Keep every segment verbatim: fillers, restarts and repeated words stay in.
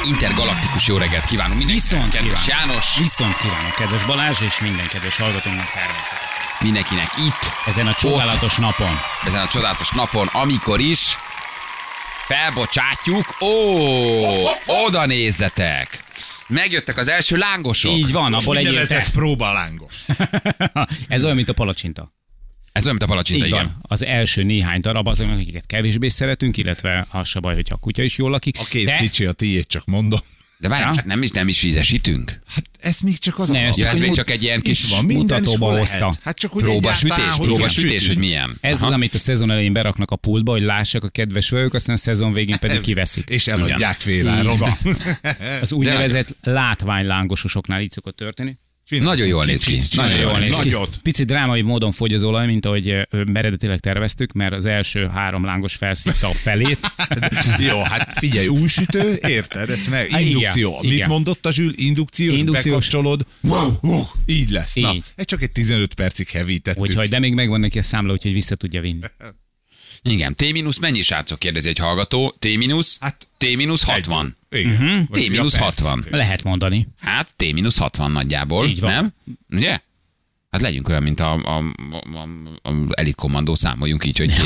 intergalaktikus jó reggelt kívánunk mindenkinek, kedves János. Viszont kívánok, kedves Balázs, és minden kedves hallgatónak természetesen. Mindenkinek itt, ezen a csodálatos ott, napon. Ezen a csodálatos napon, amikor is felbocsátjuk. Ó, oda nézzetek! Megjöttek az első lángosok. Így van, abból egy úgynevezett próbalángos. Ez olyan, mint a palacsinta. Ez olyan, mint a palacsinta, így igen. Van. Az első néhány darab az, amiket kevésbé szeretünk, illetve az se baj, hogyha a kutya is jól lakik. A két de... kicsi, a tiéd, csak mondom. De várjál, ja? nem, is, nem is ízesítünk? Hát ez még csak az ne, a... Ja, ez még csak egy ilyen kis van, mutatóba hozta. Hát csak hogy próbasütés, próbasütés, hogy milyen. Ez Aha. az, amit a szezon elején beraknak a pultba, hogy lássák a kedves vevők, aztán a szezon végén pedig kiveszik. És eladják féláron. Az úgynevezett látványlángososoknál így szokott történni. Nagyon jól néz ki. Nagyon jól néz ki. Picit drámai módon fogy az olaj, mint ahogy eredetileg terveztük, mert az első három lángos felszívta a felét. Jó, hát figyelj, új sütő, érted? Ez meg indukció. Igen, Mit igen. mondott a Zsül? Indukciós, Indukciós. bekapcsolod. Wow, wow, így lesz. Na, így. ez csak egy tizenöt percig hevítettük. Úgyhogy, de még megvan neki a számla, úgyhogy vissza tudja vinni. Igen, T- mennyi srácok, kérdezi egy hallgató. T- hát, T- hatvan. Igen. Uh-huh. T- hatvan. Lehet mondani. Hát T- hatvan nagyjából, így van. nem? Ugye? Hát legyünk olyan, mint a, a, a, a elitkommandó, számoljunk így, hogy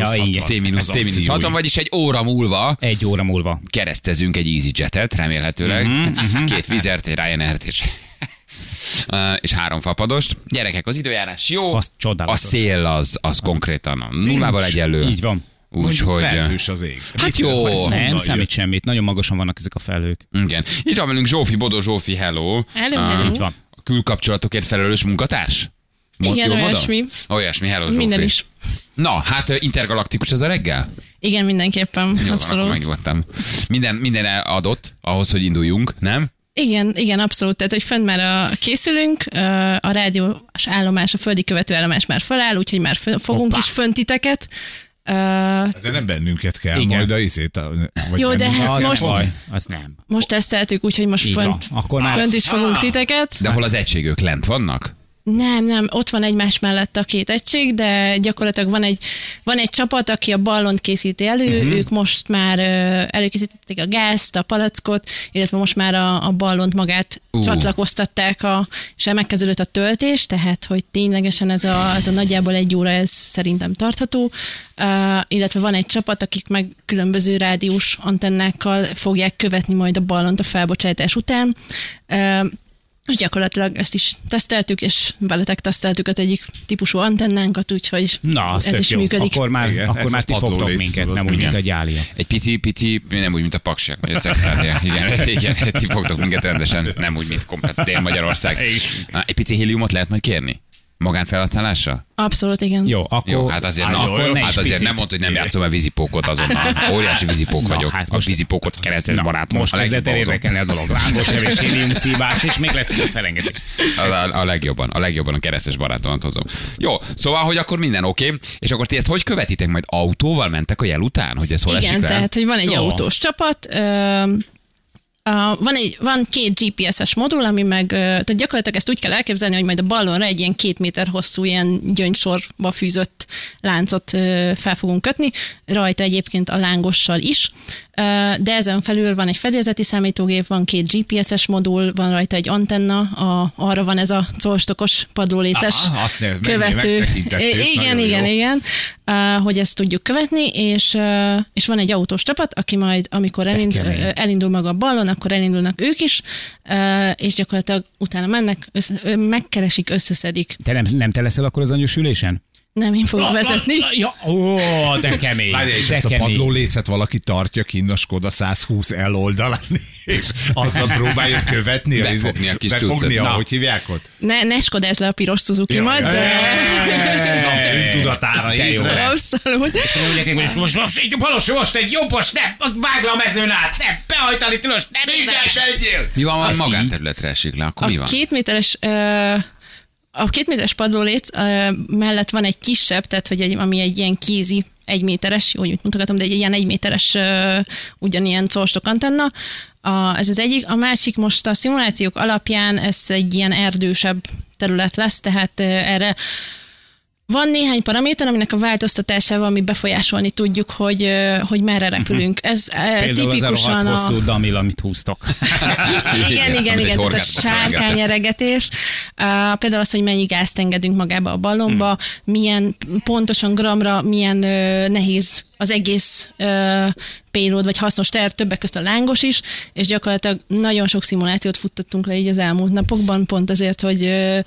T- hatvan, vagyis egy óra múlva egy óra múlva keresztezünk egy EasyJet-et, remélhetőleg. Uh-huh. Két Vizert, egy Ryanair-t és, és három fapadost. Gyerekek, az időjárás jó, a szél az, az konkrétan a nullával egyenlő. Így van. Úgyhogy felhős az ég. Hát jó. Nem számít semmit, nagyon magasan vannak ezek a felhők. Igen. Itt van velünk Zsófi, Bodó Zsófi, hello. Hello, hello. Így van. A külkapcsolatokért felelős munkatárs? Igen, olyasmi. Olyasmi, hello Zsófi. Minden is. Na, hát intergalaktikus ez a reggel? Igen, mindenképpen, jó, abszolút. Van, megnyugodtam. Minden, minden adott ahhoz, hogy induljunk, nem? Igen, igen, abszolút. Tehát, hogy fönn már a, készülünk, a rádiós állomás, a földi követőállomás már feláll, úgyhogy már fön, fogunk Hoppá. is fönt titeket. Uh, de nem bennünket kell, igen. majd a izét. Vagy jó, nem, de hát most, baj, az nem. most teszteltük, úgyhogy most fönt, Akkor már... fönt is fogunk ah. titeket. De hol az egységök lent vannak? Nem, nem, ott van egymás mellett a két egység, de gyakorlatilag van egy, van egy csapat, aki a ballont készíti elő, uh-huh. ők most már előkészítették a gázt, a palackot, illetve most már a, a ballont magát uh. csatlakoztatták, a, és megkezdődött a töltés, tehát hogy ténylegesen ez a, ez a nagyjából egy óra, ez szerintem tartható, uh, illetve van egy csapat, akik meg különböző rádiós antennákkal fogják követni majd a ballont a felbocsátás után. Uh, És gyakorlatilag ezt is teszteltük, és veletek teszteltük az egyik típusú antennánkat, úgyhogy Na, ez is jó. működik. Akkor már, igen, akkor már ti fogtok minket, tudod. Nem úgy, mint a gyália. Egy pici, pici, nem úgy, mint a paksiak, vagy a szexália. Igen, igen, ti fogtok minket rendesen, nem úgy, mint komplet Dél-Magyarország. Egy pici héliumot lehet majd kérni? Magánfelhasználásra? Abszolút, igen. Jó, akkor... Jó, hát azért, na, akkor hát azért nem mondta, hogy nem játszom a vízipókot azonnal. Óriási vízipók na, vagyok. Hát a vízipókot keresztes barátom. Most kezdett el érdekelni a dolog. Lángos evés, héliumszívás, és még lesz ez a felengedés. A, a, a legjobban, a legjobban a keresztes barátomat hozom. Jó, szóval, hogy akkor minden oké, okay. És akkor ti ezt hogy követitek? Majd autóval mentek a jel után, hogy ez hol igen, esik rá? tehát, hogy van egy Jó. autós csapat, ö, Uh, van, egy, van két gé pé es-es modul, ami meg, uh, tehát gyakorlatilag ezt úgy kell elképzelni, hogy majd a ballonra egy ilyen két méter hosszú ilyen gyöngysorba fűzött láncot uh, fel fogunk kötni, rajta egyébként a lángossal is, uh, de ezen felül van egy fedélzeti számítógép, van két gé pé es-es modul, van rajta egy antenna, a, arra van ez a colstokos padlóléces követő. Igen, igen, jó. igen, uh, hogy ezt tudjuk követni, és, uh, és van egy autós csapat, aki majd, amikor elindul, uh, elindul maga a ballon, akkor elindulnak ők is, és gyakorlatilag utána mennek, össze, megkeresik, összeszedik. Te nem, nem te leszel akkor az anyós ülésen? Nem, én fogok vezetni. Ja, ó, de kemény. Várja, és de ezt kemény. a padlólécet valaki tartja kinn a Skoda száz húsz el oldalán, és azzal próbálja követni. Befogni a kis cuccot. Befogni, ahogy hívják ott? Ne, ne skodázz le a piros Suzuki Ja, majd, ja, de... Na, öntudatára ébred. Abszolút. Most, most, most, így balos, most egy jobbos, ne, vág le a mezőn át, ne, behajtani tilos, ne, ne, Mi van, van magánterületre esik le, akkor mi A van? két méteres... Uh, A két méteres padlóléc uh, mellett van egy kisebb, tehát hogy egy, ami egy ilyen kézi, egy méteres, jó, úgy mutogatom, de egy ilyen egy méteres uh, ugyanilyen colstok antenna. A, ez az egyik. A másik most a szimulációk alapján ez egy ilyen erdősebb terület lesz, tehát uh, erre Van néhány paraméter, aminek a változtatásával mi befolyásolni tudjuk, hogy, hogy merre repülünk. Ez Például tipikusan az a... a... hosszú damil, amit húztok. igen, igen, igen, tehát a sárkányeregetés. Uh, például az, hogy mennyi gázt engedünk magába a ballonba, hmm. milyen pontosan gramra, milyen uh, nehéz az egész uh, payload, vagy hasznos terv, többek közt a lángos is, és gyakorlatilag nagyon sok szimulációt futtattunk le így az elmúlt napokban, pont azért, hogy uh,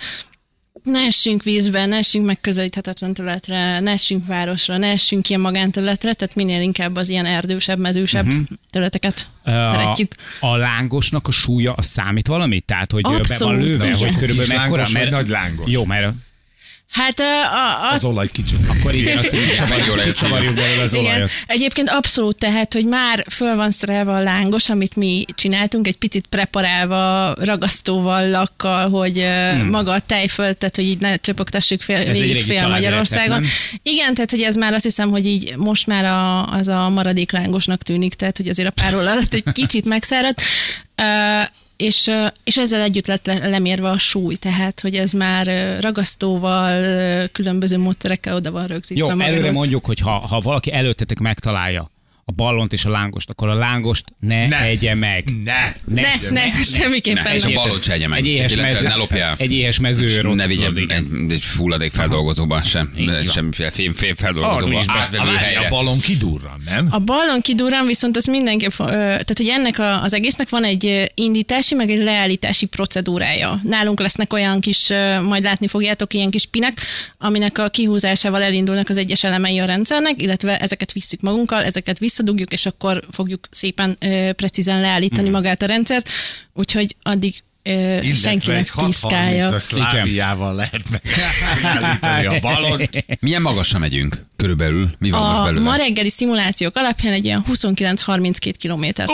ne essünk vízbe, ne essünk megközelíthetetlen területre, ne essünk városra, ne essünk ilyen magánterületre, tehát minél inkább az ilyen erdősebb, mezősebb uh-huh. területeket uh, szeretjük. A, a lángosnak a súlya az számít valamit? Tehát, hogy abszolút, be van lőve, igen. Hogy körülbelül mekkora? Mert... nagy lángos. Jó, mert... Hát a, a, az olaj kicsit. Akkor igen, azt csavarjuk belőle az olajat. Egyébként abszolút, tehát, hogy már föl van szerelve a lángos, amit mi csináltunk, egy picit preparálva, ragasztóval, lakkal, hogy hmm. maga a tejföld, tehát, hogy így ne csöpögtessük fél, végig fél Magyarországon. Igen, tehát, hogy ez már azt hiszem, hogy így most már a, az a maradék lángosnak tűnik, tehát, hogy azért a párol alatt egy kicsit megszáradt. Uh, És, és ezzel együtt lett lemérve a súly, tehát, hogy ez már ragasztóval, különböző módszerekkel oda van rögzítve. Jó, előre mondjuk, hogy ha, ha valaki előttetek megtalálja a ballont és a lángost, akkor a lángost ne, ne. egye meg. Ne, ne, ne, ne, ne semmiképpen ne. És a ballont se egye meg. Egy éhes, mező, ne lopja. Egy éhes mezőről. Ne vigye egy, egy fulladék feldolgozóba sem. Semmiféle fém, fém feldolgozóba. A ballon kidurran, nem? A ballon kidurran, viszont az mindenképp, tehát hogy ennek a, az egésznek van egy indítási, meg egy leállítási procedúrája. Nálunk lesznek olyan kis, majd látni fogjátok, ilyen kis pinek, aminek a kihúzásával elindulnak az egyes elemei a rendszernek, illetve ezeket visszük magunkkal, ezeket visszadugjuk, és akkor fogjuk szépen ö, precízen leállítani hmm. magát a rendszert, úgyhogy addig ö, senkinek piszkálja. A szláviával lehet megállítani a ballont. Milyen magasra megyünk körülbelül? Mi van a most belőle? Ma reggeli szimulációk alapján egy ilyen huszonkilenc harminckét kilométert.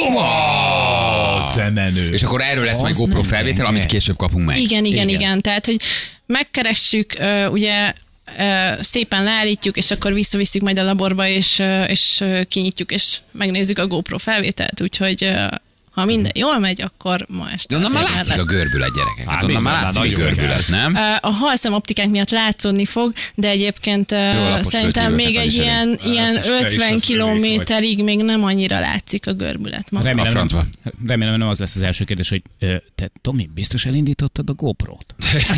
Oh, te menő. És akkor erről lesz majd GoPro felvétel, amit később kapunk meg. Igen, igen, igen. igen. Tehát, hogy megkeressük, uh, ugye Uh, szépen leállítjuk, és akkor visszavisszük majd a laborba, és, uh, és uh, kinyitjuk, és megnézzük a GoPro felvételt, úgyhogy uh, ha minden jól megy, akkor ma este. De onnan már látszik lesz. A görbület, gyerekek. Hát onnan már látszik a görbület, nem? Uh, a halszemoptikák miatt látszódni fog, de egyébként uh, szerintem még egy ilyen, ilyen ötven kilométerig még nem annyira látszik a görbület. Maga. Remélem, a francba. Remélem, nem az lesz az első kérdés, hogy uh, te, Tomi, biztos elindítottad a GoPro-t?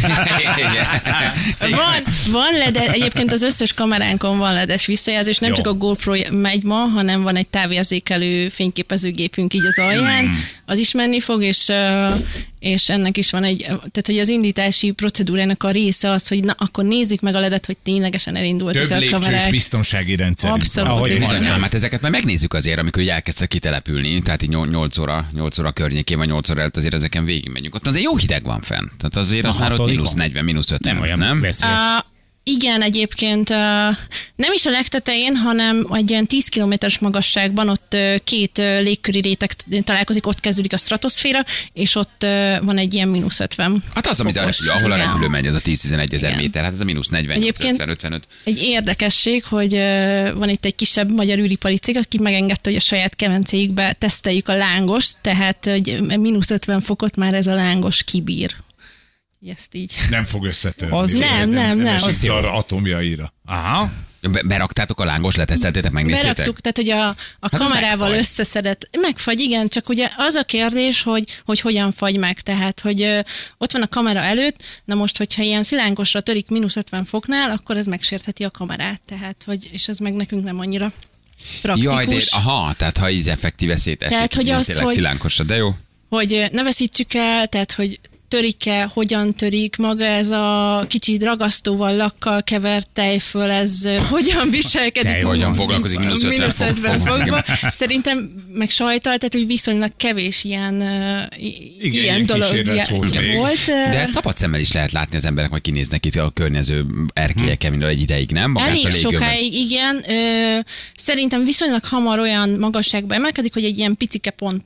van, van lede, egyébként az összes kameránkon van ledes visszajelzés, nem Jó. csak a GoPro megy ma, hanem van egy távérzékelő fényképezőgépünk így az alján, az is menni fog, és, és ennek is van egy, tehát hogy az indítási procedúrának a része az, hogy na, akkor nézzük meg a ledet, hogy ténylegesen elindultak Több a kamerák. Több lépcsős biztonsági rendszer. Abszolút. Hát ezeket már megnézzük azért, amikor elkezdtek kitelepülni, tehát így nyolc óra, nyolc óra környékén, vagy nyolc óra előtt azért ezeken végigmegyünk. Ott azért jó hideg van fenn. Tehát azért az már ott mínusz negyven, mínusz ötven. Nem olyan nem? Veszélyes. Igen, egyébként nem is a legtetején, hanem egy ilyen tíz kilométeres magasságban ott két légköri réteg találkozik, ott kezdődik a stratoszféra, és ott van egy ilyen mínusz ötven. Hát az, amit a repülő, ahol a repülő megy, az a tíz-tizenegy ezer méter, hát ez a mínusz negyven, ötven, ötvenöt. Egy érdekesség, hogy van itt egy kisebb magyar űripari cég, aki megengedte, hogy a saját kemencéjükbe teszteljük a lángost, tehát hogy mínusz ötven fokot már ez a lángos kibír. Ezt így. Nem fog összetörni. Az nem, nem, nem. Az arra atomjaira. Aha. Be- beraktátok a lángos, leteszteltétek, megnéztétek? Beraktuk, tehát hogy a, a hát kamerával összeszedett. Megfagy, igen, csak ugye az a kérdés, hogy, hogy hogyan fagy meg. Tehát, hogy ö, ott van a kamera előtt, na most, hogyha ilyen szilánkosra törik mínusz ötven foknál, akkor ez megsértheti a kamerát. Tehát, hogy, és ez meg nekünk nem annyira praktikus. Jaj, de, aha, tehát ha így effektíve szétesik. Tehát, hogy az, hogy, szilánkosra, de jó. Hogy ne veszítsük el, tehát, hogy törik-e, hogyan törik maga ez a kicsit ragasztóval, lakkal kevert tejföl, ez hogyan viselkedik? Tej, hogyan foglalkozik mínusz ötven fokban. Szerintem meg sajtal, tehát hogy viszonylag kevés ilyen, igen, ilyen dolog ilyen volt, volt. De ezt szabad szemmel is lehet látni az emberek, hogy kinéznek itt a környező erkélyeken, hmm. egy ideig, nem? Magát elég sokáig, igen. Szerintem viszonylag hamar olyan magasságba emelkedik, hogy egy ilyen picike pont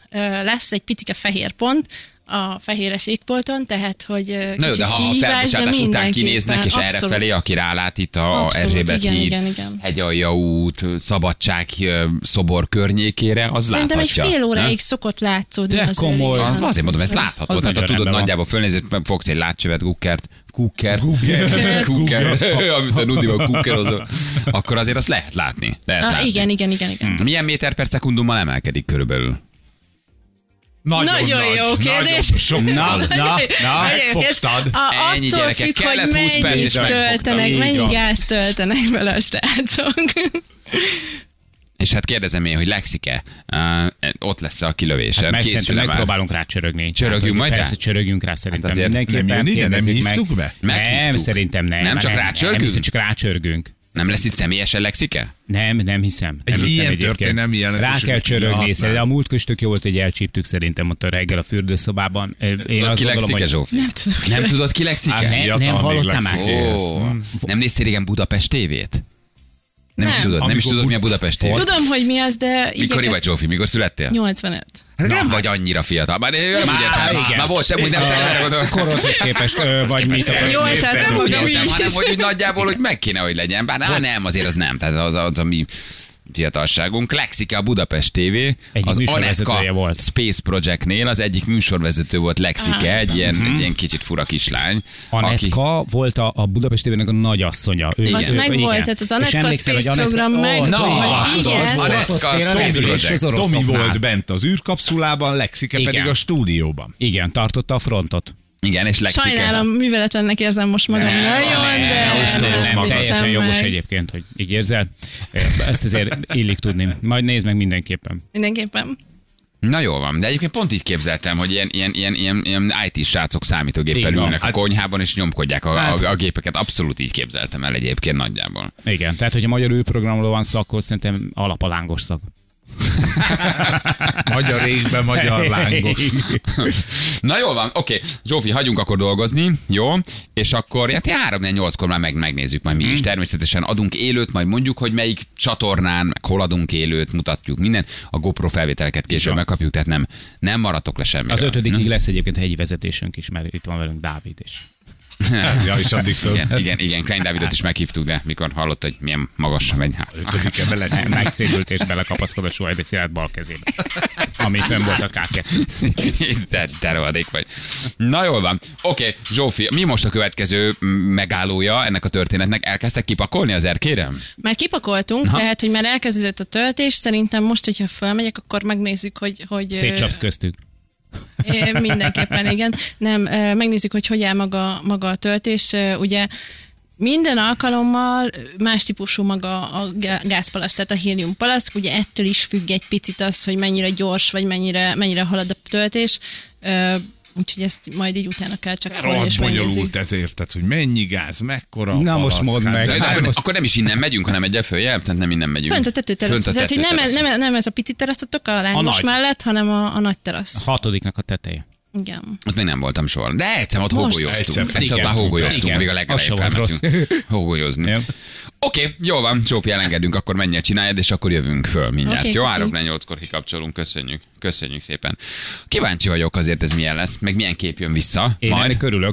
lesz egy picike fehér pont a fehéres égbolton, tehát, hogy Na jó, de ha a felbocsátás után kinéznek, és errefelé, aki rálát itt a abszolút, Erzsébet igen, híd, igen, igen. Hegyalja út, Szabadság szobor környékére, az Szerintem láthatja. egy fél óráig szokott látszódni. De komoly. Az, azért mondom, ez látható. Az Tehát ha tudod, van. nagyjából fölnézed, fogsz egy látcsövet, kukkert, kukkert, kukkert, amit a Nudival kukkerozol, akkor azért azt lehet látni. Lehet Ah, látni. igen, igen, igen, igen. Milyen méter per szekundummal emelkedik körülbelül? Nagyon, Nagyon nagy, jó kérdés. Nagyon sok. Na, na, na. Megfogtad. A, Ennyi, attól gyerekek, függ, kellett hogy húsz perc, mennyit és megfogtam. töltenek, Így mennyi van. gáz töltenek bele a srácok. És hát kérdezem én, hogy Lexike, uh, ott lesz a kilövése. Hát meg szerintem Készül-e már? megpróbálunk rá csörögni. Csörögjünk Tehát, majd rá? Persze csörögjünk rá szerintem. Hát azért Mindenképpen nem jön ide, nem kérdezzük meg. hívtuk be? Nem, Meghívtuk. szerintem nem. Nem, csak Nem, rácsörgünk? hiszem, csak rácsörgünk. Nem lesz itt személyesen Lexike? Nem, nem hiszem. Egy nem hiszem ilyen egyébként. történelmi Rá jelentőségű kell csörögni, pillanatnál. de a múlt köztök jó volt, hogy elcsíptük szerintem ott a reggel a fürdőszobában. Én Tudod, azt ki gondolom, Lexike, hogy... Zsófi? Nem tudok. Nem tudod, ki Lexike? Á, nem, Fiatal nem még hallottam már. Lexikéhez. Ó, nem néztél régen Budapest tévét? Nem, is Nem. tudod, nem is Amikor tudod, mi a Bud- Budapest tévé. Tudom, hogy mi az, de Mikor vagy, igyekeztem. Zsófi? Mikor születtél? nyolcvanöt. Hát nem vagy annyira fiatal. Már nem úgy értem. igen. Már most sem úgy nem A korodhoz képest, ö, vagy mit akarsz. Jó, tehát nem úgy mondom értem, így. hanem hogy úgy nagyjából, hogy meg kéne, hogy legyen. Bár á, nem, azért az nem. Tehát az, az a mi fiatalságunk. Lexike a Budapest té vé, Egyik az műsorvezetője Aneka volt. Space Projectnél az egyik műsorvezető volt Lexike, Ah. egy ilyen, egy ilyen kicsit fura kislány. aki- Anetka volt a, a Budapest té vének a nagyasszonya. Ő, Igen. Az ő- meg igen. volt, tehát az És Anetka emlékszel, hogy Space Anetka- program meg Ó, Na, volt. tudod, Igen. az Anetka Oroszféle Space repülés Project. az Tomi oroszoknál. volt bent az űrkapszulában, Lexike Igen. pedig a stúdióban. Igen, tartotta a frontot. Igen, és Lexike. Sajnálom, műveletlennek érzem most magam Nem, nagyon, nem, de most tudod, nem nem, Nem, magad. teljesen viccem jogos meg. egyébként, hogy így érzel. Ezt azért illik tudni. Majd nézd meg mindenképpen. Mindenképpen. Na jól van, de egyébként pont így képzeltem, hogy ilyen, ilyen, ilyen, ilyen, ilyen í té srácok számítógéppel Így van. ülnek a Hát- konyhában, és nyomkodják a, Hát- a, a gépeket. Abszolút így képzeltem el egyébként nagyjából. Igen, tehát hogyha magyar űrprogramról van szó, akkor szerintem alap a lángos szak. Magyar égbe, magyar lángos. Na jól van, oké. Zsófi, hagyjunk akkor dolgozni, jó? És akkor hát három nyolckor már meg, megnézzük majd mi is. Természetesen adunk élőt, majd mondjuk, hogy melyik csatornán, meg hol adunk élőt, mutatjuk minden. A GoPro felvételeket később van. megkapjuk, tehát nem, nem maradtok le semmiről. Az ötödikig lesz egyébként hegyi vezetésünk is, mert itt van velünk Dávid is. Ja, és addig föl. Igen, igen, igen, Klein Dávidot is meghívtuk, de mikor hallott, hogy milyen magasra megy. Hát. Ötödike bele. Megszédült és belekapaszkod a Suhajdi Szilárd bal kezébe. Ami fenn volt a ká kettő. Te, te rohadék vagy. Na jól van. Oké, okay, Zsófi, mi most a következő megállója ennek a történetnek? Elkezdtek kipakolni az erkére? Már kipakoltunk, Aha. tehát, hogy már elkezdődött a töltés, szerintem most, hogyha fölmegyek, akkor megnézzük, hogy... hogy Szétcsapsz köztük. É, mindenképpen, igen. Nem, ö, megnézzük, hogy hogy áll maga, maga a töltés. Ö, Ugye minden alkalommal más típusú maga a gá- gázpalasz, tehát a héliumpalack, ugye ettől is függ egy picit az, hogy mennyire gyors, vagy mennyire, mennyire halad a töltés. Ö, Úgyhogy ezt majd így utána kell csak hallani, Rohadt és megnézzük. bonyolult ezért, tehát hogy mennyi gáz, mekkora a Na, most palack, mondd hát meg. de- De, de Hát akkor, most- akkor nem is innen megyünk, hanem egyel följebb, tehát nem innen megyünk. Fönt a tetőterasz. Fönt a Tehát, hogy nem, ez, tetőterasz. nem, nem ez a pici terasztotok a lángos nagy. mellett, hanem a, a nagy terasz. Hatodiknak a teteje. Igen. Ott még nem voltam soha. De egyszer ott Most. hógolyoztunk. Egyszer Egyszer ott igen. már hógolyoztunk, Igen. még a Az legelején se volt felmentünk hógolyozni. Jó. Oké, okay, jó van, Zsófi, elengedünk, akkor mennyire csináljad, és akkor jövünk föl mindjárt. Oké, Jó, köszi. három nyolckor kikapcsolunk, köszönjük. Köszönjük szépen. Kíváncsi vagyok azért, ez milyen lesz, meg milyen kép jön vissza. Én majd. ennek örülök.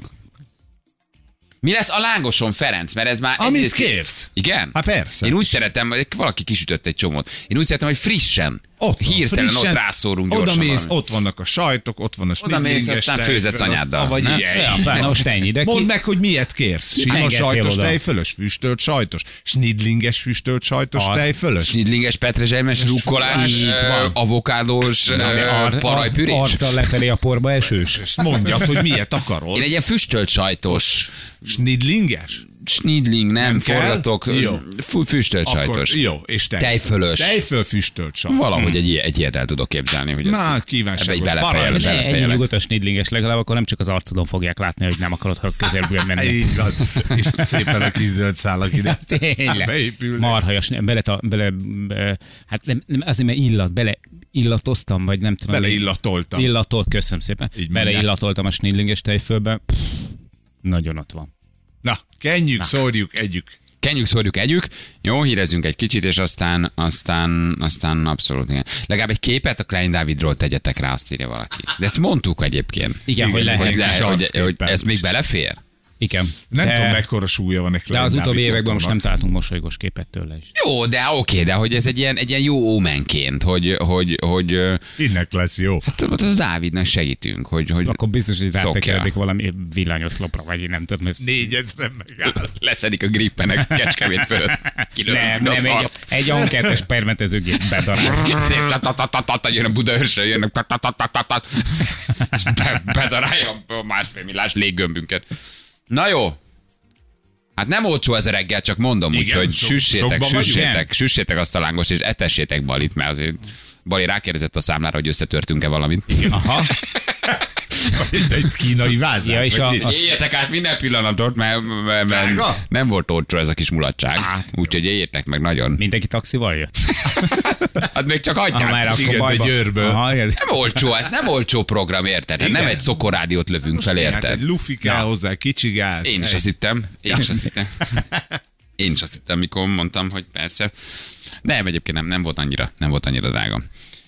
Mi lesz a lángoson, Ferenc? Mert ez már... Amit egyrészt- kérsz. Igen? Hát persze. Én úgy szeretem, hogy valaki kisütött egy csomót. Én úgy szeretem, hogy frissen, Ott van, hirtelen frissen, ott rászórunk oda gyorsan. mész, valami. ott vannak a sajtok, ott van a Oda mész, snidlinges aztán tej, főzetsz föl, anyáddal, azt- Vagy ne? ilyen. Ja, na most ennyi, de ki... Mondd meg, hogy miért kérsz. Sima Engedtél sajtos oda. tej fölös, füstölt sajtos, snidlinges füstölt sajtos Az. tej fölös. Snidlinges, petrezselymes, rukkolás, Így ö, van. avokádós, ö, parajpürés. Arccal lefelé a porba esős. És mondjad, hogy miért akarod. Én egy ilyen füstölt sajtos, Snidlinges? snidling, nem, Nem kell? forgatok, Jó. fü- füstölt Akkor sajtos. jó, és tej. Tejfölös. Tejföl füstölt sajt. Valahogy egy, ilyen- egy ilyet el tudok képzelni, hogy ezt Na, kíváncsi ebbe egy vagyok. belefejelek, Parancs. Ne, ennyi belefejelek. nyugodtan snidlinges legalább, akkor nem csak az arcodon fogják látni, hogy nem akarod, ha közelből menni. Így van. És szépen a kis zöld szálak ide. Tényleg. Beépülnek. Marhajas, bele, bele, be, hát nem, nem, azért, mert illat, bele illatoztam, vagy nem tudom. Beleillatoltam. Illatol, köszönöm szépen. Így mondják. Beleillatoltam a snidlinges tejfölbe. Pff, nagyon ott van. Na, kenjük, szórjuk, együk. Kenjük, szórjuk, együk, jó, hírezzünk egy kicsit, és aztán, aztán, aztán abszolút, igen. Legalább egy képet a Klein Dávidról tegyetek rá, azt írja valaki. De ezt mondtuk egyébként. Igen, igen hogy lehet. Hogy, le, hogy, hogy ez még belefér? Igen. Nem de, tudom, mekkora súlya van egy de az utóbbi években most nem találtunk mosolygós képet tőle is. Jó, de oké, de hogy ez egy ilyen, egy ilyen jó ómenként, hogy, hogy, hogy Innek lesz jó. Hát a Dávidnak segítünk, hogy, hogy akkor biztos, hogy rátekeredik valami villányoszlopra, vagy én nem tudom. Ezt... Négyezre megáll. Leszedik a grippenek Kecskemét fölött. Nem, nem, egy, egy ankettes permetezőgép bedarál. Jön a Budaörsről, jönnek, és bedarálja a másfél millás léggömbünket. Na jó. Hát nem olcsó ez a reggel, csak mondom úgy, hogy so, süssétek, süssétek, süssétek azt a lángos, és etessétek Balit, mert azért Bali rákérdezett a számlára, hogy összetörtünk-e valamit. Aha. Egy kínai vázát. Ja, és a, azt... Éljetek át minden pillanatot, mert, mert, mert nem volt olcsó ez a kis mulatság. Úgyhogy éljétek meg nagyon. Mindenki taxival jött? Hát még csak adják. Ah, igen, de Győrből. Aha, nem olcsó, ez nem olcsó program, érted? Igen. Nem egy szokorádiót lövünk most fel, érted? Hát egy lufi kell hozzá, kicsi gáz. Én is azt hittem. Én is azt hittem. Én is azt hittem, mikor mondtam, hogy persze. Nem, egyébként nem, nem volt annyira, nem volt annyira drága.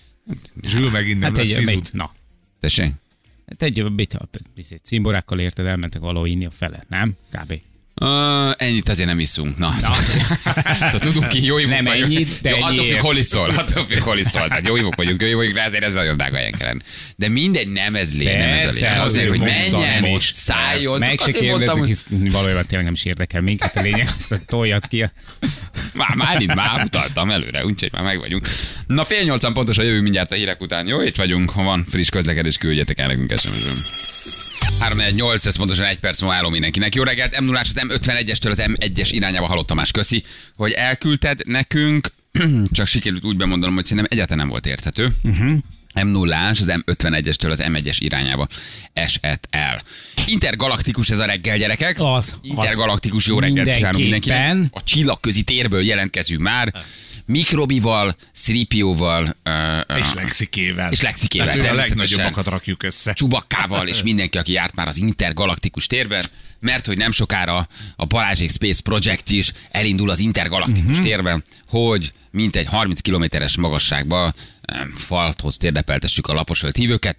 Zsül megint nem hát lesz fizud. Na. Tessék? Hát egy cimborákkal érted, elmentek valahol inni a fele, nem? Kb. Uh, ennyit azért nem iszunk. Na, na. Szóval tudunk ki, jó ívók nem vagyunk. Ennyit, de jó, attól függ, hol iszol. Attól függ, hol iszol. Tehát jó ívók vagyunk, jó ívók vagyunk, de ezért ez nagyon drága helyen kellene. De mindegy, nem ez lé, nem ez a lé. Azért, hogy menjen, szálljon. Meg se kérdezzük, hisz valójában tényleg nem is érdekel minket. A lényeg az, hogy toljad ki. Már, már itt már utaltam előre, úgyhogy már meg vagyunk. Na fél nyolcan pontosan jövünk mindjárt a hírek után. Jó, itt vagyunk, ha van friss közlekedés, küldjetek el nekünk es em es-ön. három négy nyolc, ez pontosan egy perc múlva álló mindenkinek. Jó reggelt, em nullás az em ötvenegyestől az em egyes irányába halott Tamás. Köszi, hogy elküldted nekünk. Csak sikerült úgy bemondanom, hogy szerintem egyáltalán nem volt érthető. Uh-huh. em nullás az em ötvenegyestől az em egyes irányába esett el. Intergalaktikus ez a reggel, gyerekek. Az. Intergalaktikus jó reggelt kívánunk mindenkinek. A csillagközi térből jelentkezünk már. Mikrobival, Szripióval uh, és Lexikével. És Lexikével. Hát a legnagyobbakat rakjuk össze. Csubakkával, és mindenki, aki járt már az intergalaktikus térben, mert hogy nem sokára a Balázsék Space Project is elindul az intergalaktikus uh-huh. térben, hogy mintegy harminc kilométeres magasságban um, falthoz térdepeltessük a laposölt hívőket,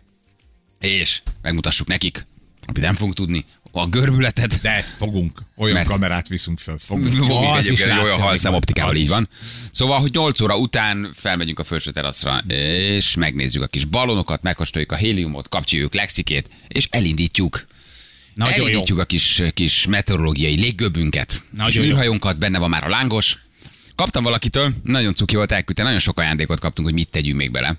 és megmutassuk nekik, amit nem fogunk tudni, a görbületet. De fogunk. Olyan mert kamerát viszünk föl. Fogunk. Fogunk egyébként egy olyan halszemoptikával, így van. Szóval, hogy nyolc óra után felmegyünk a felső teraszra, és megnézzük a kis ballonokat, megkóstoljuk a héliumot, kapcsoljuk Lexikét, és elindítjuk. Nagyon elindítjuk jó. a kis, kis meteorológiai léggöbünket. És űrhajónkat, benne van már a lángos. Kaptam valakitől, nagyon cuki volt, elküldte, nagyon sok ajándékot kaptunk, hogy mit tegyünk még bele.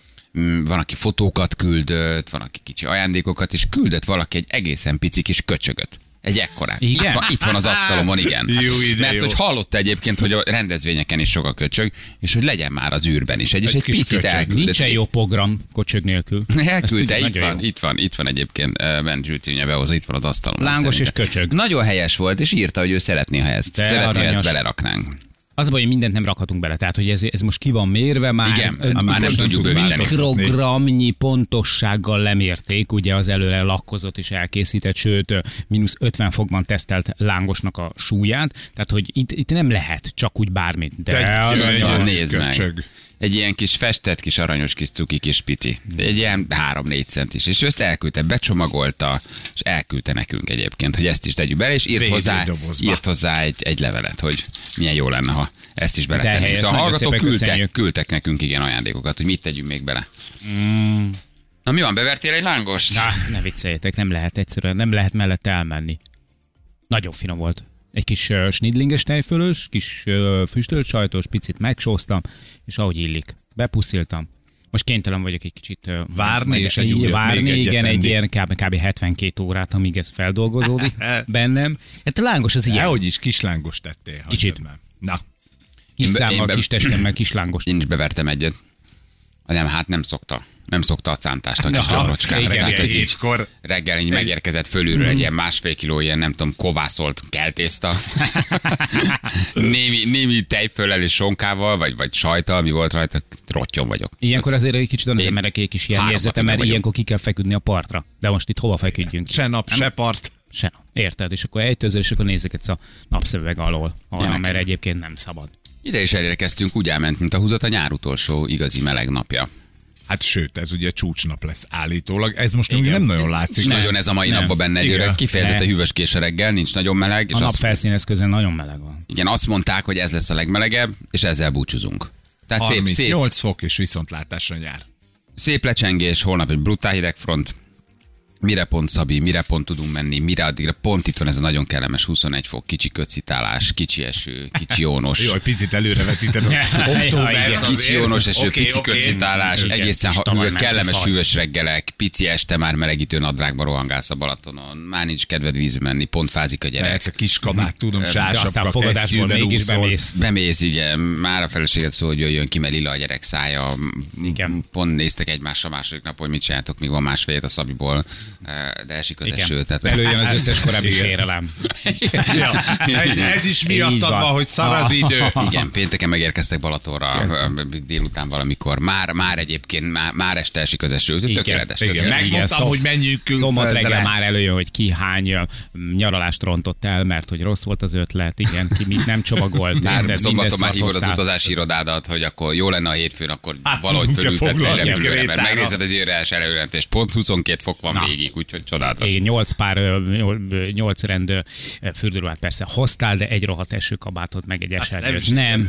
Van, aki fotókat küldött, van, aki kicsi ajándékokat, és küldött valaki egy egészen pici kis köcsögöt. Egy ekkorát. Itt van, itt van az asztalomon, igen. Jó ide, Mert jó. hogy hallotta egyébként, hogy a rendezvényeken is sok a köcsög, és hogy legyen már az űrben is. Egy, és egy, egy picit elküldött. Nincsen jó program köcsög nélkül. Elküldte, itt van, itt van, itt van egyébként Ben Zsül címje behozva, itt van az asztalomon. Lángos szerintem. És köcsög. Nagyon helyes volt, és írta, hogy ő szeretné, ha ezt, szeretné, ha ezt beleraknánk. Az a baj, hogy mindent nem rakhatunk bele, tehát hogy ez, ez most ki van mérve, már, igen, már nem tudjuk bővíteni. Mikrogramnyi pontossággal lemérték, ugye az előre lakkozott és elkészített, sőt, mínusz ötven fokban tesztelt lángosnak a súlyát, tehát hogy itt, itt nem lehet csak úgy bármit. De, de jaj, nézd meg. Egy ilyen kis festett, kis aranyos, kis cuki, kis pici. Egy ilyen három-négy centis. És ő ezt elküldte, becsomagolta, és elküldte nekünk egyébként, hogy ezt is tegyük bele, és írt hozzá, írt hozzá egy, egy levelet, hogy milyen jó lenne, ha ezt is beletennénk. Szóval a hallgatók küldtek, küldtek nekünk igen ajándékokat, hogy mit tegyünk még bele. Mm. Na mi van, bevertél egy lángost? Na, ne vicceljetek, nem lehet egyszerűen, nem lehet mellette elmenni. Nagyon finom volt. Egy kis uh, snidlinges tejfölös, kis uh, füstölt sajtos, picit megsóztam, és ahogy illik, bepusziltam. Most kénytelen vagyok egy kicsit uh, várni, és egy újat várni, még igen, egy ilyen kb. kb. hetvenkét órát, amíg ez feldolgozódik bennem. Hát a lángos az ilyen. Nehogy is kislángos tettél. Kicsit. Na. Kis számmal, be... kis testemmel, kis lángos. Én is bevertem egyet. Nem, hát nem szokta. Nem szokta a cántást a kis gyomrocskán. Reggel, reggel így megérkezett fölülről egy ilyen másfél kiló, ilyen nem tudom, kovászolt keltészta. némi, némi tejföllel és sonkával, vagy, vagy sajta, ami volt rajta, rottyon vagyok. Ilyenkor azért egy kicsit az emberek egy kis ilyen érzete, mert ilyenkor ki kell feküdni a partra. De most itt hova feküdjünk? Se nap, se part. Se. Érted? És akkor ejtőzöl, és akkor nézek a napszöveg alól, arra, Ja, mert egyébként nem szabad. Ide is elérkeztünk, úgy elment, mint a húzat a nyár utolsó igazi meleg napja. Hát sőt, ez ugye csúcsnap lesz állítólag. Ez most még nem nagyon látszik. Nem. Nagyon ez a mai Nem. napban benne egy öreg, kifejezetten hűvös kés a reggel, nincs nagyon meleg. És A nap azt, felszínez közben nagyon meleg van. igen, azt mondták, hogy ez lesz a legmelegebb, és ezzel búcsúzunk. Tehát szép, szép, harmincnyolc fok és viszontlátásra nyár. szép lecsengés, holnap egy brutál hidegfront. Mire pont Szabi, mire pont tudunk menni, mire addigra pont itt van ez a nagyon kellemes huszonegy fok, kicsi kötszitálás, kicsi eső, kicsi jónos. Jó, egy picit előrevetíted október. Kicsi jónos eső, okay, pici okay. kötszitálás, Igen, egészen kis ha, hűvös, tavaj kellemes ment, hűvös reggelek, pici este már melegítő nadrágban rohangálsz a Balatonon, már nincs kedved vízbe menni, pont fázik a gyerek. Persze, kis kabát, tudom, De aztán sársapka, fogadásból kesztyűben mégis úszol. bemész. Bemész, igen, már a feleséget szól, hogy jöjjön ki, mert lila a gyerek szája. Igen. Pont néztek egymásra második nap, hogy mit csináltok, míg van másfél a Szabiból, de esik az Igen. eső. Tehát Előjön az összes korábbi sérelem. Ja, ez, ez is miattad Így van. van, hogy szar az idő. igen, pénteken megérkeztek Balatonra, délután valamikor. Már, már egyébként, már, már este esik az eső. Igen. Tökéletes. Igen, tökéletes. megmondtam, szom- hogy menjünk Szombat reggel külföldre. már előjön, hogy ki hány ö, nyaralást rontott el, mert hogy rossz volt az ötlet, igen, ki mit nem csomagolt. Már érted, szombaton minden már szart hívod az hoztál. utazási irodádat, hogy akkor jó lenne a hétfőn, akkor Hát, valahogy tudunk-e fölültetni foglalni egy a repülőre, mert Krétára? megnézed az írás előjelentést, pont huszonkettő fok van Na. végig, úgyhogy csodálatos. Igen, nyolc pár, ö, nyol- ö, nyolc rend ö, fürdőruhát persze hoztál, de egy rohadt esőkabátot, meg egy esernyőt. Nem.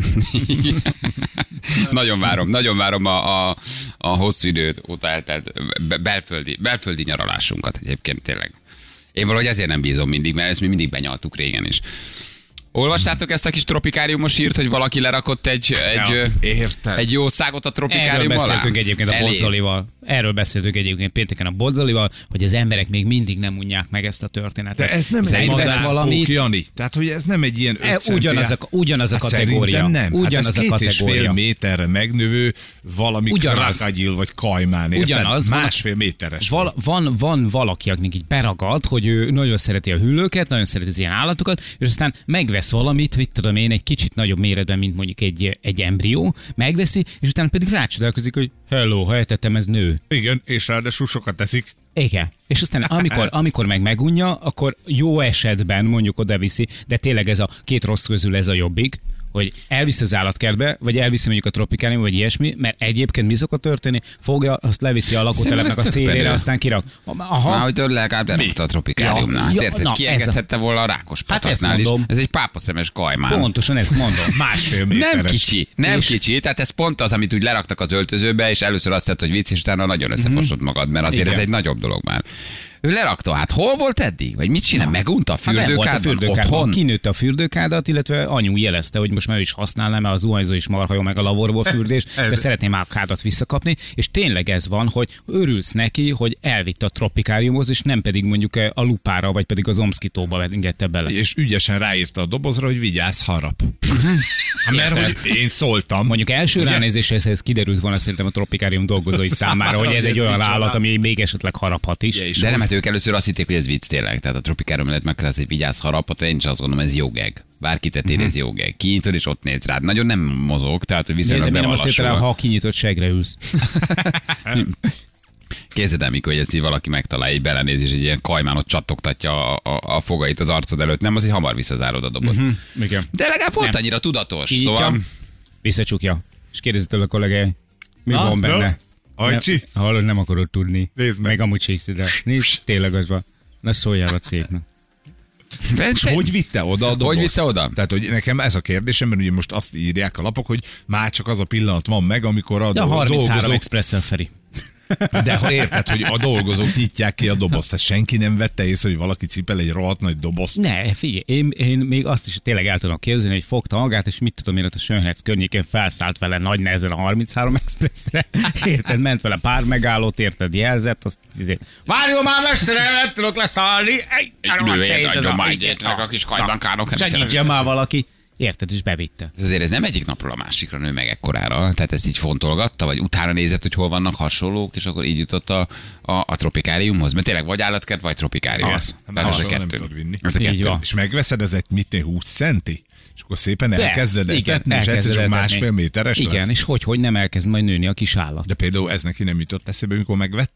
Nagyon várom, nagyon várom a, a, a hosszú időt óta eltelt be- belföldi, belföldi nyaralásunkat egyébként tényleg. Én valahogy ezért nem bízom mindig, mert ezt mi mindig benyaltuk régen is. Olvastátok ezt a kis tropikáriumos írt, hogy valaki lerakott egy, egy, azt értem. egy jó szágot a Erről tropikárium alá? beszéltünk egyébként a Elé. Bodzolival. Erről beszéltünk egyébként pénteken a Bodzolival, hogy az emberek még mindig nem unják meg ezt a történetet. De ez nem egy Szerinted valamit, Jani. Tehát, hogy ez nem egy ilyen E, öt ugyanaz a- centi- ugyanaz a hát kategória. szerintem nem. Ugyanaz hát a ez két és fél kategória. méterre megnövő valami Ugyanaz. krakagyil vagy kajmán. Érted? Ugyanaz, van- Másfél méteres. Val- van, van valaki, akinek így beragad, hogy ő nagyon szereti a hüllőket, nagyon szereti az ilyen állatokat, és aztán megvesz valamit, mit tudom én, egy kicsit nagyobb méretben, mint mondjuk egy, egy embrió, megveszi, és utána pedig rácsodálkozik, hogy hello, ha eltettem, ez nő. Igen, és ráadásul sokat teszik. Igen. És aztán amikor, amikor meg megunja, akkor jó esetben mondjuk oda viszi, de tényleg ez a két rossz közül ez a jobbik, hogy elviszi az állatkertbe, vagy elviszi mondjuk a tropikáliumba, vagy ilyesmi, mert egyébként mi szokott történni, fogja, azt leviszi a lakótelepnek a ez tök szélére, menő. aztán kirak. Aha. Már hogy legalább lerakta a tropikáriumnál. Ja, Ja, ja, érted? na, Kiengedhette volna a rákos Hát ezt pataknál is. mondom. Ez egy pápaszemes kajmán. Pontosan ezt mondom. Másfél méteres. Nem kicsi, nem És- kicsi, tehát ez pont az, amit úgy leraktak az öltözőbe, és először azt hitt, hogy vicc, és utána nagyon összefosod magad, mert azért Igen. ez egy nagyobb dolog már. Ő lerakta, hát hol volt eddig? Vagy mit csinál? Megunta a Hát nem volt a fürdőkádban? fürdőkádban. Otthon? Kinőtte a fürdőkádat, illetve anyu jelezte, hogy most már ő is használná, mert az zuhanyzó is marha jó, meg a lavorból fürdés, de szeretném már a kádat visszakapni, és tényleg ez van, hogy örülsz neki, hogy elvitte a tropikáriumhoz, és nem pedig mondjuk a lupára, vagy pedig az omszkitóba engedte bele. És ügyesen ráírta a dobozra, hogy vigyázz, harap. Hát, mert hogy én szóltam. Mondjuk első Ugye? ránézésre ez kiderült volna szerintem a tropikárium dolgozói számára, hogy ez egy olyan Micsoda. állat, ami még esetleg haraphat is. Ugye, és De nem, hát ők először azt hitték, hogy ez vicc tényleg. Tehát a tropikárium mellett megkérdez, hogy vigyázz harapot, én is azt gondolom, ez jó geg. Bárki tettél, ez jó geg. Kinyitod, és ott néz rád. Nagyon nem mozog, tehát hogy De viszonylag miért be nem van azt írta rá, lassulva. ha kinyitott segre ülsz? Képzeld el, mikor hogy ezt így valaki megtalálja, így belenéz, és egy ilyen kajmán ott csattogtatja a, a, a fogait az arcod előtt. Nem, azért hamar visszazárod a dobozt. Hm, igen. De legalább volt Nem. annyira tudatos. Kinyitja, Szóval... visszacsukja, és kérdezi tőle a kollégája, mi Na, van benne? na, Ajcsi? Nem, hallod, nem akarod tudni. Nézd meg. Meg amúgy se hiszed el. Nézd, tényleg az van. Na szóljál a cégnek. De És hogy vitte oda a dobozt? Hogy vitte oda? Tehát, hogy nekem ez a kérdésem, mert ugye most azt írják a lapok, hogy már csak az a pillanat van meg, amikor a De a do- harminchárom dolgozók... Expressen Feri. De ha érted, hogy a dolgozók nyitják ki a dobozt, tehát senki nem vette észre, hogy valaki cipel egy rohadt nagy dobozt. Ne, figyelj, én, én még azt is tényleg el tudom képzelni, hogy fogta magát, és mit tudom én, ott a Schönhetz környékén felszállt vele nagy nehezen a harminchárom Expressre. Érted, ment vele pár megállót, érted, jelzett, azt azért, várjon már mestere, nem tudok leszállni. Egy, Egy nőért adjon már egyetnek a kis kajbankárok. Segítsen már valaki. Érted, és bevitte. Azért ez nem egyik napról a másikra nő meg ekkorára, tehát ezt így fontolgatta, vagy utána nézett, hogy hol vannak hasonlók, és akkor így jutott a, a, a tropikáriumhoz. Mert tényleg vagy állatkert, vagy tropikárium. Az. Tehát ez a Azzal nem kettő. tudod vinni. Ez a Így kettő. van. És megveszed, ez egy mit, húsz centi? És akkor szépen elkezded igen, etetni, és egyszer elkezded csak etetni. másfél méteres Igen, lesz. és hogy, hogy nem elkezd majd nőni a kis állat. De például ez neki nem jutott eszébe, amikor megvette?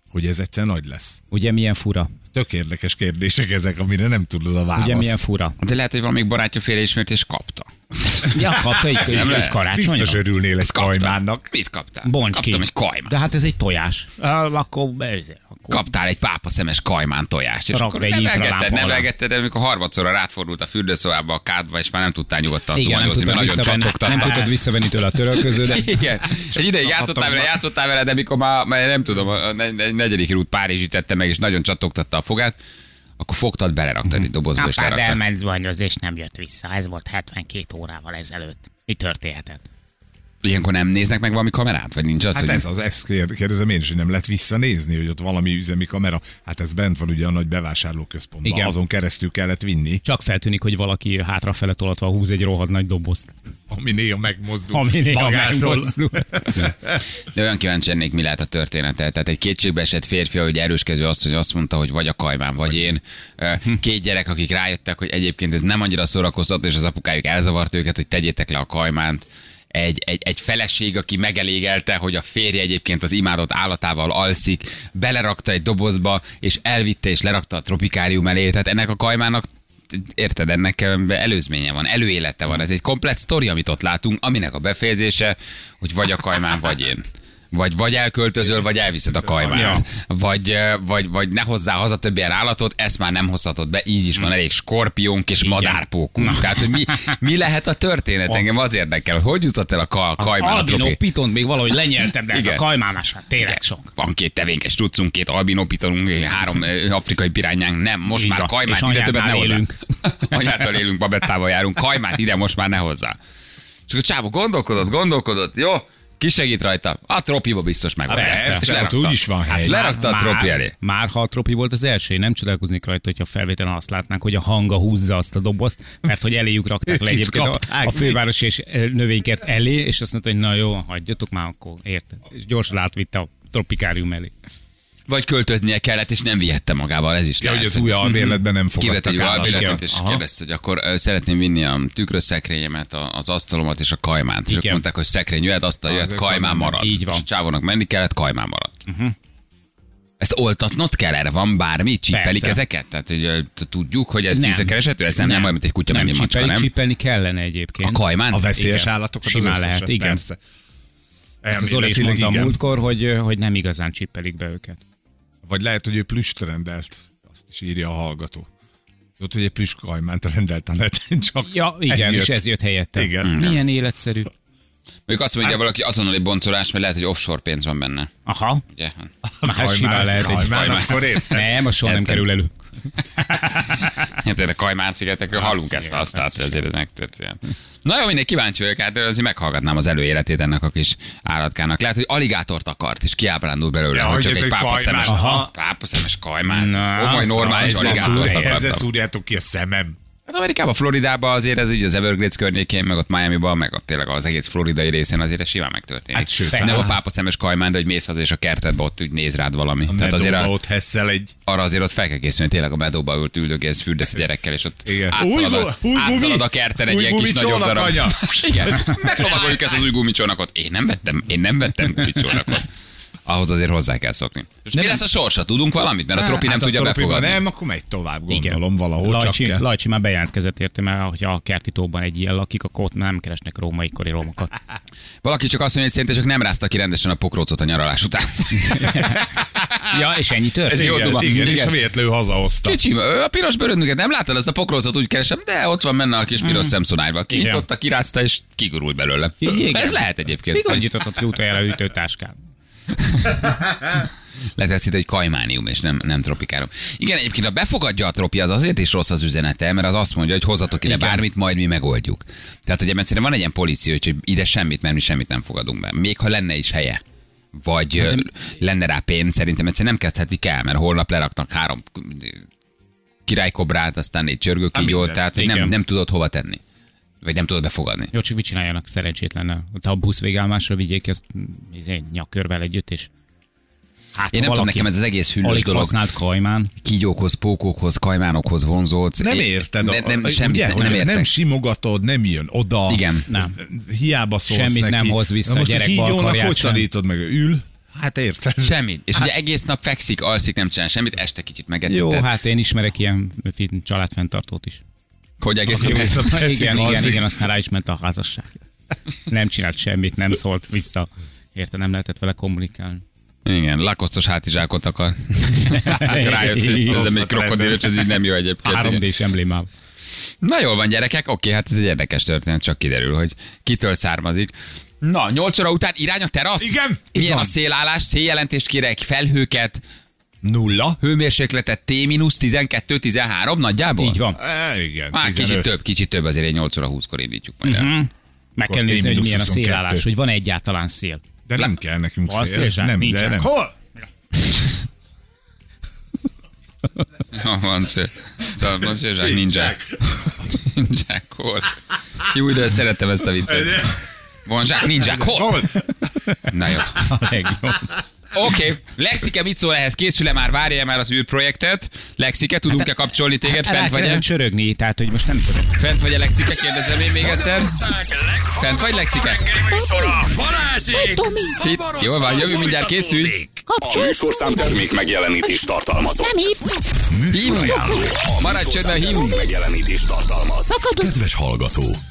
hogy ez egyszer nagy lesz. Ugye milyen fura? Tök érdekes kérdések ezek, amire nem tudod a választ. Ugye milyen fura? De lehet, hogy valamelyik barátja félreismert és kapta. Ja, kapta egy, egy, egy karácsonyra? Biztos örülnél egy kajmánnak. Mit kaptál? Bonts Kaptam ki. egy kajmán. De hát ez egy tojás. Uh, akkor, akkor... Kaptál egy pápaszemes kajmán tojást, és Rak akkor be egy nevelgetted, infralámpa alá. nevelgetted, de amikor harmadszorra rátfordult a fürdőszobába a kádba, és már nem tudtál nyugodtan Igen, nem zuhanyozni, tudtad, mert nagyon visszavenni, csattogtattál. nem tudtad visszavenni tőle a törölköződet. Igen. Egy ideig játszottál vele, játszottál vele, de mikor már, már nem tudom, a negyedik rút Párizsítette meg, és nagyon csattogtatta a fogát, akkor fogtad, beleraktad egy dobozba, és Apád leraktad. elment zuhanyozni, és nem jött vissza. Ez volt hetvenkét órával ezelőtt. Mi történhetett? Ilyenkor nem néznek meg valami kamerát? Vagy nincs az, Hát hogy... ez az, ezt kérdezem én is, hogy nem lehet visszanézni, hogy ott valami üzemi kamera. Hát ez bent van ugye a nagy bevásárlóközpontban. Igen. Azon keresztül kellett vinni, Csak feltűnik, hogy valaki hátrafele tolatva húz egy rohadt nagy dobozt. ami néha megmozdul. Ami néha magától. megmozdul. De olyan kíváncsi lennék, mi lehet a története. Tehát egy kétségbe esett férfi, hogy erőskedő asszony azt mondta, hogy vagy a kajmán, vagy én. Két gyerek, akik rájöttek, hogy egyébként ez nem annyira szórakoztató, és az apukájuk elzavart őket, hogy tegyétek le a kajmánt. Egy, egy, egy feleség, aki megelégelte, hogy a férje egyébként az imádott állatával alszik, belerakta egy dobozba, és elvitte és lerakta a tropikárium elé. Tehát ennek a kajmának, érted, ennek előzménye van, előélete van. Ez egy komplett sztori, amit ott látunk, aminek a befejezése, hogy vagy a kajmán, vagy én. Vagy, vagy elköltözöl, vagy elviszed a kajmát. Ja. Vagy, vagy, vagy ne hozzá haza több ilyen állatot, ezt már nem hozhatod be, így is van elég skorpiónk és madárpókunk. Tehát, hogy mi, mi lehet a történet? Engem az érdekel, hogy hogy jutott el a ka- kajmán a tropi. Albino pitont még valahogy lenyelted, de ez Igen. a kajmánás már tényleg sok. Van két tevénkes tucunk, két albino pitonunk, három ö, afrikai pirányánk, nem, most Így már van. kajmát És ide többet ne anyádnál hozzá. élünk. Anyától élünk, babettával járunk, kajmát ide most már ne hozzá. Csak a csávó gondolkodott, gondolkodott, jó? Ki segít rajta? A tropiba biztos meg. Persze, ott úgyis van hely. Lerakta a tropi Már- elé. Már ha a tropi volt az első, én nem csodálkoznék rajta, hogyha felvételen azt látnánk, hogy a hanga húzza azt a dobozt, mert hogy eléjük rakták le Kicsit egyébként a, kapták a mi? főváros és növénykert elé, és azt mondta, hogy na jó, hagyjatok már akkor, érted? És gyorsan átvitte a tropikárium elé. Vagy költöznie kellett, és nem vihette magával, ez is Ja, hogy lehet. az új albérletben nem Kivett fogadtak egy új állatot. albérletet, és Aha. kérdezte, hogy akkor ö, szeretném vinni a tükrösszekrényemet, a- az asztalomat és a kajmánt. És Igen. ők mondták, hogy szekrény jöhet, asztal jöhet, Az kajmán kajmán marad. így van. És a csávónak menni kellett, kajmán maradt. Uh-huh. Ezt oltatnod kell, erre van bármi? Csippelik Persze. ezeket? Tehát, hogy ö, tudjuk, hogy ez Nem. visszakereshető? Ez nem, nem olyan, mint egy kutya nem meg egy macska, csippelik, nem? csipelni kellene egyébként. A kajmán? A veszélyes Igen. állatokat Simán az lehet, összeset, igen. Persze. Ezt az Zoli is Elméletileg mondta a igen. múltkor, hogy, hogy nem igazán csippelik be őket. Vagy lehet, hogy ő plüst rendelt. Azt is írja a hallgató. Tudod, hogy egy plüss kajmánt rendelt a neten, csak Ja, igen, ez és jött. ez jött helyette. Igen. Milyen életszerű. Mondjuk azt mondja valaki azonnali boncolás, mert lehet, hogy offshore pénz van benne. Aha, Ugye? már simán lehet egy kajmán, kajmán. akkor érted? Nem, a soha nem Értem. kerül elő. Hát a Kajmán-szigetekről hallunk ezt, azt, tehát ezért ez megtörtént. Na jó, mindegy, kíváncsi vagyok, hát azért meghallgatnám az előéletét ennek a kis állatkának. Lehet, hogy aligátort akart, és kiábrándul belőle, Ja, hogy hogy csak ez egy egy pápaszemes, kajmán. Aha. pápaszemes kajmán. Na, Komoly, normális ezzel aligátort szúr- Ezzel akartam. szúrjátok ki a szemem. Hát Amerikában, Floridában azért ez ugye az Everglades környékén, meg ott Miamiban, meg ott tényleg az egész floridai részén azért ez simán megtörténik. Hát sőt, nem á. a pápaszemes kajmán, de hogy mész haza és a kertedbe ott úgy néz rád valami. A Tehát azért medóba a, ott hesszel egy... arra azért ott fel kell készülni, tényleg a medóba ült üldögélsz, fürdesz a gyerekkel, és ott Igen. átszalad, Új a, gu- új átszalad gumi- a kerten egy új ilyen kis nagyobb gumicsónak, darab. anya. Igen, meglovagoljuk ezt az új gumicsónakot. Én nem vettem, én nem vettem gumicsónakot. Ahhoz azért hozzá kell szokni. És mi lesz a sorsa? Tudunk valamit? Mert a tropi nem Hát tudja a tropiban befogadni. Nem, akkor megy tovább, gondolom, valahol Lajcsi, csak kell. Lajcsi már bejelentkezett érte, mert hogyha a kerti tóban egy ilyen lakik, akkor ott nem keresnek római kori romokat. Valaki csak azt mondja, hogy szerintem csak nem rázta ki rendesen a pokrócot a nyaralás után. Ja, és ennyi történt. Ez jó Igen, duma. igen, és Igen. véletlenül hazahozta. Kicsi, a piros bőröndünket nem láttad, ezt a pokrócot úgy keresem, de ott van benne a kis piros szemszonárba. Kinyitotta, kirázta, és kigurult belőle. Igen. Ez lehet egyébként. Mit annyitotott utoljára ütőtáskán? Lehet ezt itt egy kajmánium, és nem, nem tropikárum. Igen, egyébként ha befogadja a tropi, az azért is rossz az üzenete, mert az azt mondja, hogy hozzatok ide Igen. bármit, majd mi megoldjuk. Tehát, hogy egyszerűen van egy ilyen policy, hogy ide semmit, mert mi semmit nem fogadunk be. Még ha lenne is helye. Vagy ö, lenne rá pénz, szerintem egyszerűen nem kezdhetik el, mert holnap leraknak három királykobrát, aztán egy csörgőkígyót, minden. tehát hogy nem, Igen. nem tudod hova tenni. Vagy nem tudod befogadni. Jó, csak mit csináljanak, szerencsétlenne. Ha a busz végállomásra vigyék ezt izé, nyakkörvel együtt, és hát, Én nem tudom, nekem ez az egész hüllős alig dolog. használt kajmán. Kígyókhoz, pókokhoz, kajmánokhoz vonzódsz. Nem Én- érted. Ne, a- nem, a- semmit ugye, nem, hogy nem értek. nem simogatod, nem jön oda. Igen. Nem. Hiába szólsz Semmit neki. nem hoz vissza Na a most gyerek a kígyónak balkarját hogy sem. tanítod meg? Ül, Hát érted. Semmit. És hát... ugye egész nap fekszik, alszik, nem csinál semmit, este kicsit megettük. Jó, hát én ismerek ilyen családfenntartót is. Hogy egész nap igen, igen, igen, igen, aztán rá is ment a házasság. Nem csinált semmit, nem szólt vissza. Érted, nem lehetett vele kommunikálni. Igen, lakosztos hátizsákot akar. Rájött, hogy ez egy krokodil, és ez így nem jó egyébként. három dés emblémával. Na jól van, gyerekek, oké, hát ez egy érdekes történet, csak kiderül, hogy kitől származik. Na, nyolc óra után irány a terasz? Igen. Milyen a szélállás? Széljelentést kérek, felhőket, nulla. Hőmérsékletet T mínusz tizenkettő tizenhárom nagyjából? Így van. E, igen, Már kicsit több, kicsit több, azért egy nyolc óra húszkor indítjuk majd el. Uh-huh. Meg kell nézni, hogy milyen a szélállás, hogy van egyáltalán szél. De nem kell nekünk van szél. szél Nem, nincsen. de nem. Hol? Van szél. Szóval van szélzsák, nincsák. Nincsák, hol? Jó, de szeretem ezt a viccet. Van zsák, nincsák, hol? Na jó. A legjobb. Oké, okay. Lexike, mit szól ehhez? Készül-e már? Várja már az űrprojektet? Lexike, tudunk-e hát, kapcsolni téged? Hát, Fent vagy-e? Csörögni, tehát hogy most nem tudom. Fent vagy-e, Lexike? Kérdezem én még egyszer. Fent vagy, Lexike? Itt, jól van, jövő mindjárt, készülj. A műsorszám termék megjelenítés tartalmazott. Hívunk. Maradj csöndben, hívunk. Megjelenítés tartalmaz. Kedves hallgató!